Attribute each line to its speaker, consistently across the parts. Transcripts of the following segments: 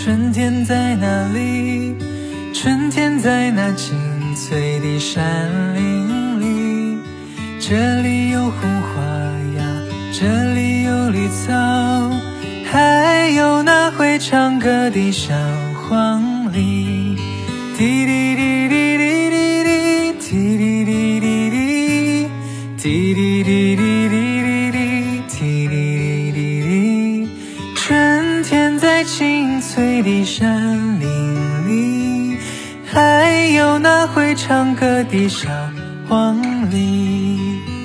Speaker 1: 春天在哪里？春天在那青翠的山林里，这里有红花呀，这里有绿草，还有那会唱歌的小黄鹂。滴滴滴滴滴滴滴，滴滴滴滴滴，滴滴滴滴滴滴滴，滴滴滴滴。春天在青翠的山林里，还有那会唱歌的小黄鹂。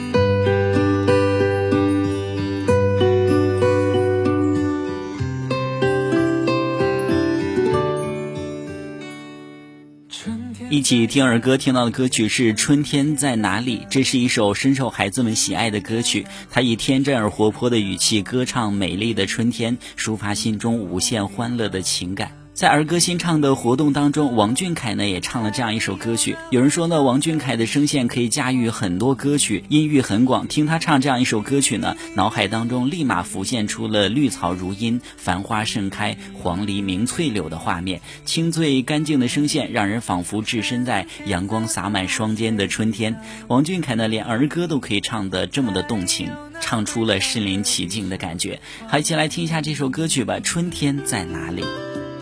Speaker 2: 一起听儿歌，听到的歌曲是《春天在哪里》，这是一首深受孩子们喜爱的歌曲。它以天真而活泼的语气歌唱美丽的春天，抒发心中无限欢乐的情感。在儿歌新唱的活动当中，王俊凯呢也唱了这样一首歌曲。有人说呢，王俊凯的声线可以驾驭很多歌曲，音域很广。听他唱这样一首歌曲呢，脑海当中立马浮现出了绿草如茵、繁花盛开、黄鹂鸣翠柳的画面。清脆干净的声线，让人仿佛置身在阳光洒满双肩的春天。王俊凯呢，连儿歌都可以唱得这么的动情，唱出了身临其境的感觉。好，一起来听一下这首歌曲吧，《春天在哪里》。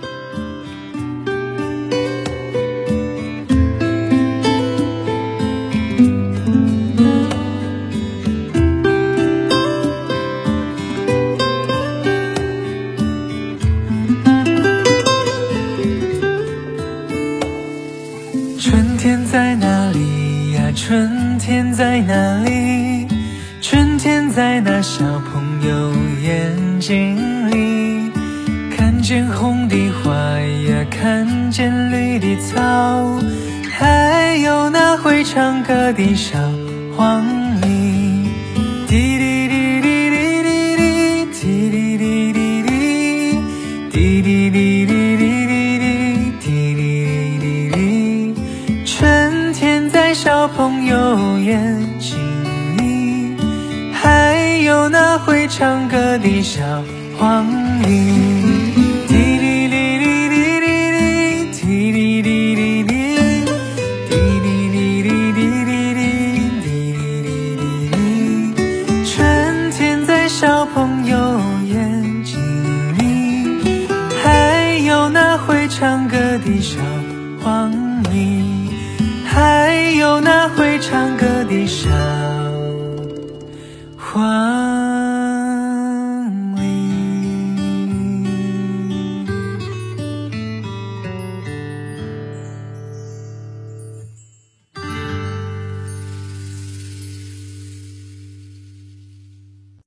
Speaker 1: 春天在哪里呀？春天在哪里？春天在那小朋友眼睛里，看见红的花呀，看见绿的草，还有那会唱歌的小黄鹂。滴滴滴滴滴滴滴，滴滴滴滴滴，滴滴滴滴滴滴，滴滴滴滴。春天在小朋友眼睛里，还有那会唱歌的小黄鹂。滴滴滴滴滴滴，滴滴滴滴滴，滴滴滴滴滴滴，滴滴滴滴。春天在小朋友眼睛里，还有那会唱歌的小黄鹂，还有那会唱歌的小黄